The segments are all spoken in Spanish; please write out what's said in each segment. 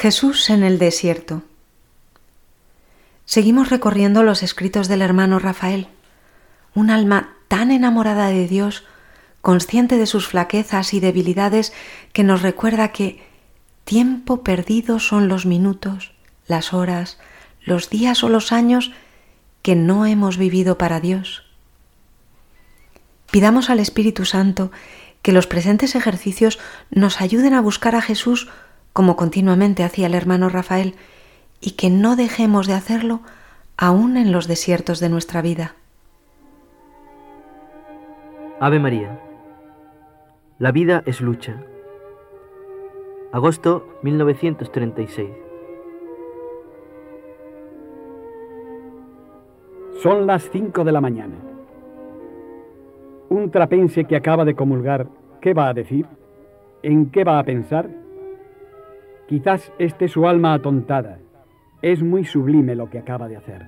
Jesús en el desierto. Seguimos recorriendo los escritos del hermano Rafael, un alma tan enamorada de Dios, consciente de sus flaquezas y debilidades, que nos recuerda que tiempo perdido son los minutos, las horas, los días o los años que no hemos vivido para Dios. Pidamos al Espíritu Santo que los presentes ejercicios nos ayuden a buscar a Jesús como continuamente hacía el hermano Rafael, y que no dejemos de hacerlo aún en los desiertos de nuestra vida. Ave María. La vida es lucha. Agosto 1936. Son las 5 de la mañana. Un trapense que acaba de comulgar, ¿qué va a decir? ¿En qué va a pensar? Quizás esté su alma atontada. Es muy sublime lo que acaba de hacer.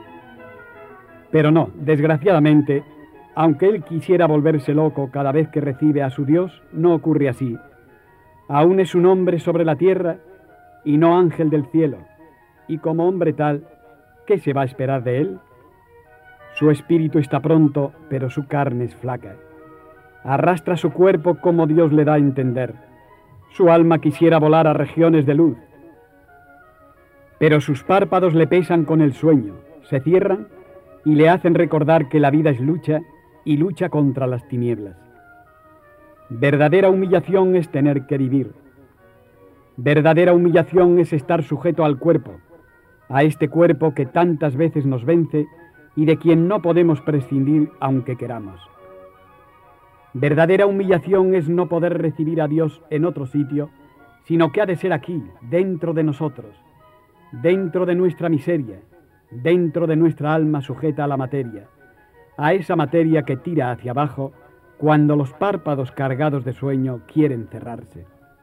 Pero no, desgraciadamente, aunque él quisiera volverse loco cada vez que recibe a su Dios, no ocurre así. Aún es un hombre sobre la tierra y no ángel del cielo. Y como hombre tal, ¿qué se va a esperar de él? Su espíritu está pronto, pero su carne es flaca. Arrastra su cuerpo como Dios le da a entender. Su alma quisiera volar a regiones de luz. Pero sus párpados le pesan con el sueño, se cierran y le hacen recordar que la vida es lucha y lucha contra las tinieblas. Verdadera humillación es tener que vivir. Verdadera humillación es estar sujeto al cuerpo, a este cuerpo que tantas veces nos vence y de quien no podemos prescindir aunque queramos. Verdadera humillación es no poder recibir a Dios en otro sitio, sino que ha de ser aquí, dentro de nosotros, dentro de nuestra miseria, dentro de nuestra alma sujeta a la materia, a esa materia que tira hacia abajo cuando los párpados cargados de sueño quieren cerrarse.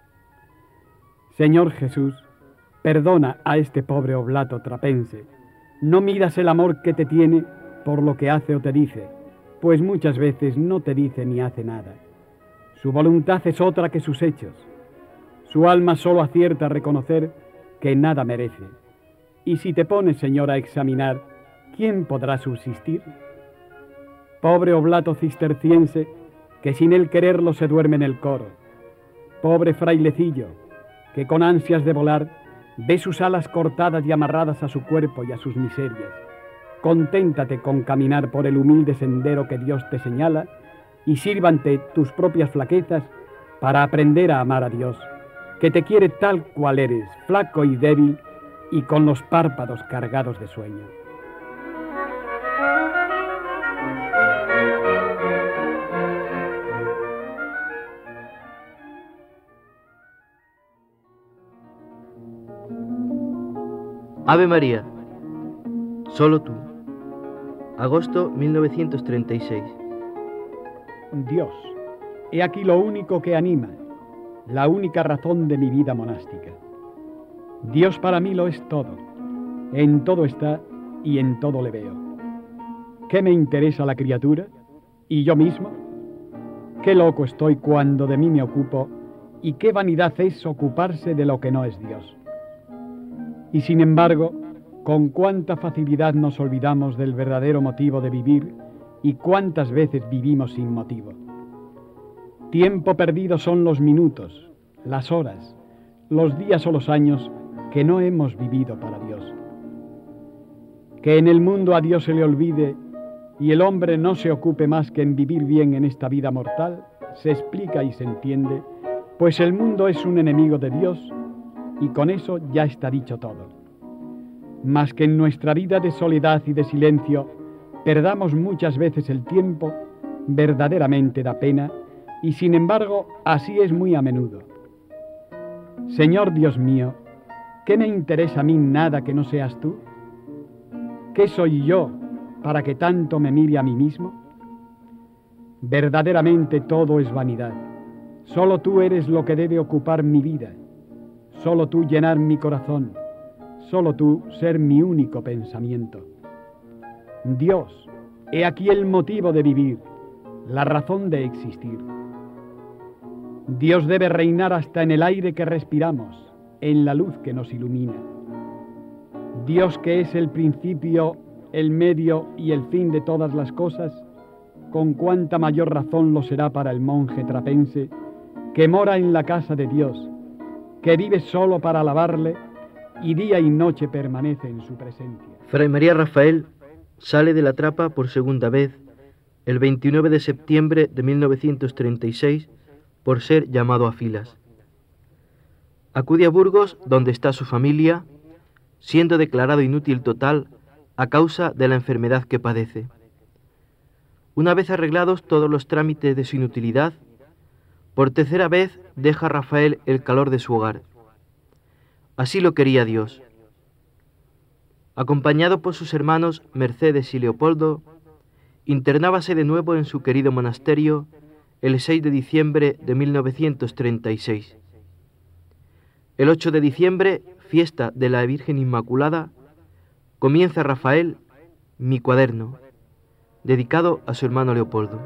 Señor Jesús, perdona a este pobre oblato trapense. No midas el amor que te tiene por lo que hace o te dice, pues muchas veces no te dice ni hace nada. Su voluntad es otra que sus hechos. Su alma solo acierta a reconocer que nada merece. Y si te pones, Señor, a examinar, ¿quién podrá subsistir? Pobre oblato cisterciense, que sin él quererlo se duerme en el coro. Pobre frailecillo, que con ansias de volar, ve sus alas cortadas y amarradas a su cuerpo y a sus miserias. Conténtate con caminar por el humilde sendero que Dios te señala y sírvante tus propias flaquezas para aprender a amar a Dios, que te quiere tal cual eres, flaco y débil y con los párpados cargados de sueño. Ave María. Solo tú. Agosto 1936. Dios, he aquí lo único que anima, la única razón de mi vida monástica. Dios para mí lo es todo, en todo está y en todo le veo. ¿Qué me interesa la criatura? ¿Y yo mismo? Qué loco estoy cuando de mí me ocupo y qué vanidad es ocuparse de lo que no es Dios. Y sin embargo, con cuánta facilidad nos olvidamos del verdadero motivo de vivir y cuántas veces vivimos sin motivo. Tiempo perdido son los minutos, las horas, los días o los años que no hemos vivido para Dios. Que en el mundo a Dios se le olvide y el hombre no se ocupe más que en vivir bien en esta vida mortal, se explica y se entiende, pues el mundo es un enemigo de Dios y con eso ya está dicho todo. Mas que en nuestra vida de soledad y de silencio perdamos muchas veces el tiempo, verdaderamente da pena, y sin embargo así es muy a menudo. Señor Dios mío, ¿qué me interesa a mí nada que no seas tú? ¿Qué soy yo para que tanto me mire a mí mismo? Verdaderamente todo es vanidad. Solo tú eres lo que debe ocupar mi vida. Solo tú llenar mi corazón. Solo tú ser mi único pensamiento. Dios, he aquí el motivo de vivir, la razón de existir. Dios debe reinar hasta en el aire que respiramos, en la luz que nos ilumina. Dios, que es el principio, el medio y el fin de todas las cosas, con cuánta mayor razón lo será para el monje trapense que mora en la casa de Dios, que vive solo para alabarle y día y noche permanece en su presencia. Fray María Rafael sale de la trapa por segunda vez el 29 de septiembre de 1936 por ser llamado a filas. Acude a Burgos, donde está su familia, siendo declarado inútil total a causa de la enfermedad que padece. Una vez arreglados todos los trámites de su inutilidad, por tercera vez deja Rafael el calor de su hogar. Así lo quería Dios. Acompañado por sus hermanos Mercedes y Leopoldo, internábase de nuevo en su querido monasterio el 6 de diciembre de 1936. El 8 de diciembre, fiesta de la Virgen Inmaculada, comienza Rafael mi cuaderno, dedicado a su hermano Leopoldo.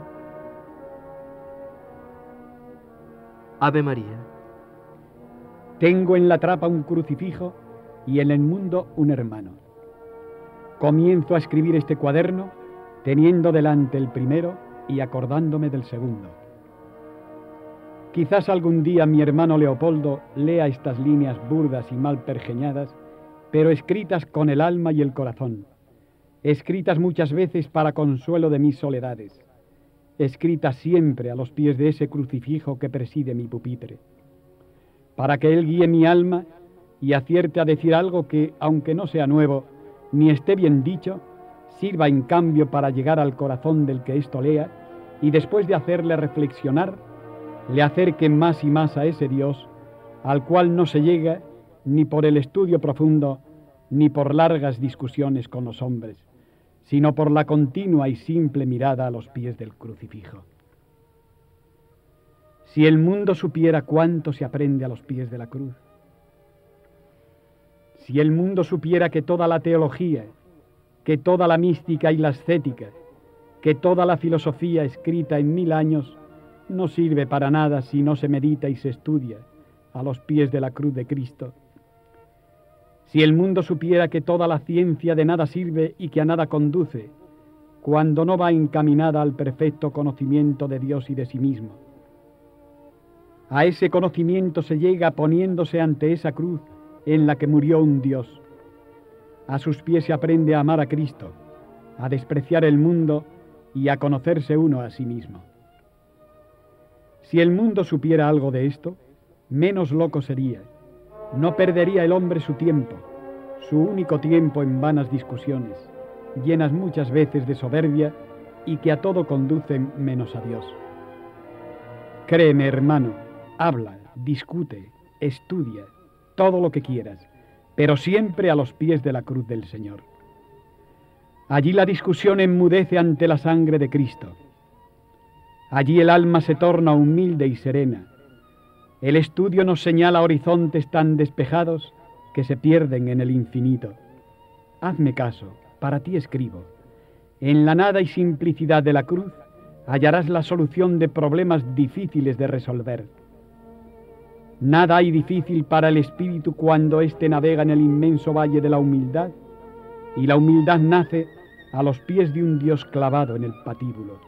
Ave María. Tengo en la trapa un crucifijo y en el mundo un hermano. Comienzo a escribir este cuaderno teniendo delante el primero y acordándome del segundo. Quizás algún día mi hermano Leopoldo lea estas líneas burdas y mal pergeñadas, pero escritas con el alma y el corazón, escritas muchas veces para consuelo de mis soledades, escritas siempre a los pies de ese crucifijo que preside mi pupitre, para que él guíe mi alma y acierte a decir algo que, aunque no sea nuevo, ni esté bien dicho, sirva en cambio para llegar al corazón del que esto lea y después de hacerle reflexionar, le acerque más y más a ese Dios, al cual no se llega ni por el estudio profundo, ni por largas discusiones con los hombres, sino por la continua y simple mirada a los pies del crucifijo. Si el mundo supiera cuánto se aprende a los pies de la cruz, si el mundo supiera que toda la teología, que toda la mística y la ascética, que toda la filosofía escrita en 1000 años no sirve para nada si no se medita y se estudia a los pies de la cruz de Cristo. Si el mundo supiera que toda la ciencia de nada sirve y que a nada conduce, cuando no va encaminada al perfecto conocimiento de Dios y de sí mismo. A ese conocimiento se llega poniéndose ante esa cruz en la que murió un Dios. A sus pies se aprende a amar a Cristo, a despreciar el mundo y a conocerse uno a sí mismo. Si el mundo supiera algo de esto, menos loco sería. No perdería el hombre su tiempo, su único tiempo en vanas discusiones, llenas muchas veces de soberbia y que a todo conducen menos a Dios. Créeme, hermano, habla, discute, estudia, todo lo que quieras, pero siempre a los pies de la cruz del Señor. Allí la discusión enmudece ante la sangre de Cristo. Allí el alma se torna humilde y serena. El estudio nos señala horizontes tan despejados que se pierden en el infinito. Hazme caso, para ti escribo. En la nada y simplicidad de la cruz hallarás la solución de problemas difíciles de resolver. Nada hay difícil para el espíritu cuando éste navega en el inmenso valle de la humildad, y la humildad nace a los pies de un Dios clavado en el patíbulo.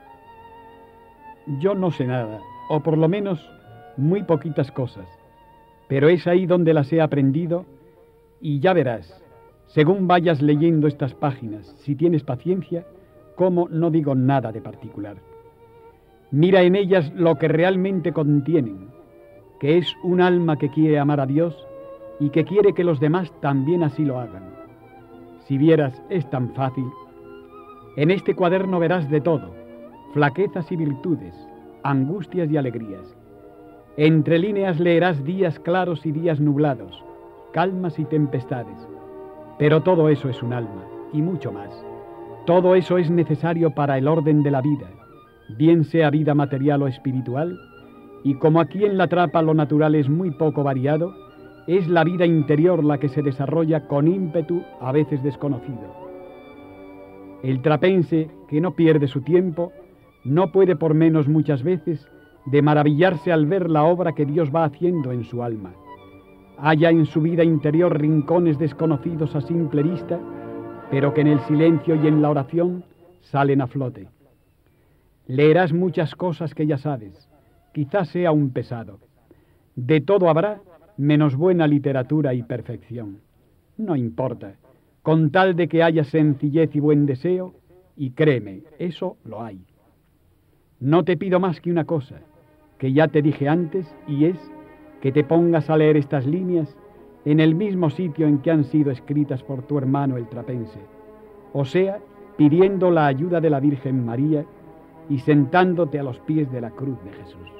Yo no sé nada, o por lo menos muy poquitas cosas, pero es ahí donde las he aprendido y ya verás, según vayas leyendo estas páginas, si tienes paciencia, cómo no digo nada de particular. Mira en ellas lo que realmente contienen, que es un alma que quiere amar a Dios y que quiere que los demás también así lo hagan. Si vieras, es tan fácil. En este cuaderno verás de todo, flaquezas y virtudes, angustias y alegrías. Entre líneas leerás días claros y días nublados, calmas y tempestades. Pero todo eso es un alma, y mucho más. Todo eso es necesario para el orden de la vida, bien sea vida material o espiritual, y como aquí en la trapa lo natural es muy poco variado, es la vida interior la que se desarrolla con ímpetu a veces desconocido. El trapense, que no pierde su tiempo, no puede por menos muchas veces de maravillarse al ver la obra que Dios va haciendo en su alma. haya en su vida interior rincones desconocidos a simple vista, pero que en el silencio y en la oración salen a flote. Leerás muchas cosas que ya sabes, quizás sea un pesado. De todo habrá, menos buena literatura y perfección. No importa, con tal de que haya sencillez y buen deseo, y créeme, eso lo hay. No te pido más que una cosa, que ya te dije antes, y es que te pongas a leer estas líneas en el mismo sitio en que han sido escritas por tu hermano el trapense, o sea, pidiendo la ayuda de la Virgen María y sentándote a los pies de la cruz de Jesús.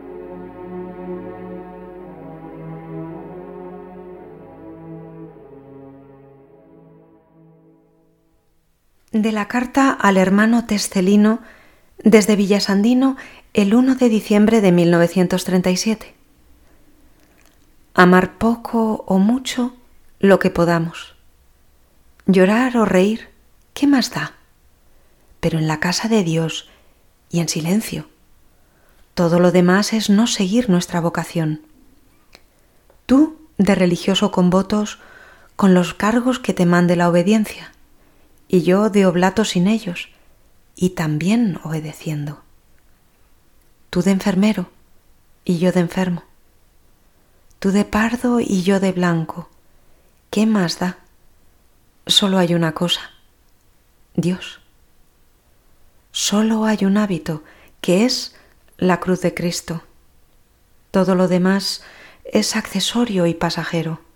De la carta al hermano Tescelino desde Villasandino el 1 de diciembre de 1937. Amar poco o mucho lo que podamos. Llorar o reír, ¿qué más da? Pero en la casa de Dios y en silencio. Todo lo demás es no seguir nuestra vocación. Tú, de religioso con votos, con los cargos que te mande la obediencia, y yo de oblato sin ellos, y también obedeciendo. Tú de enfermero, y yo de enfermo. Tú de pardo y yo de blanco. ¿Qué más da? Solo hay una cosa, Dios. Solo hay un hábito, que es la cruz de Cristo. Todo lo demás es accesorio y pasajero.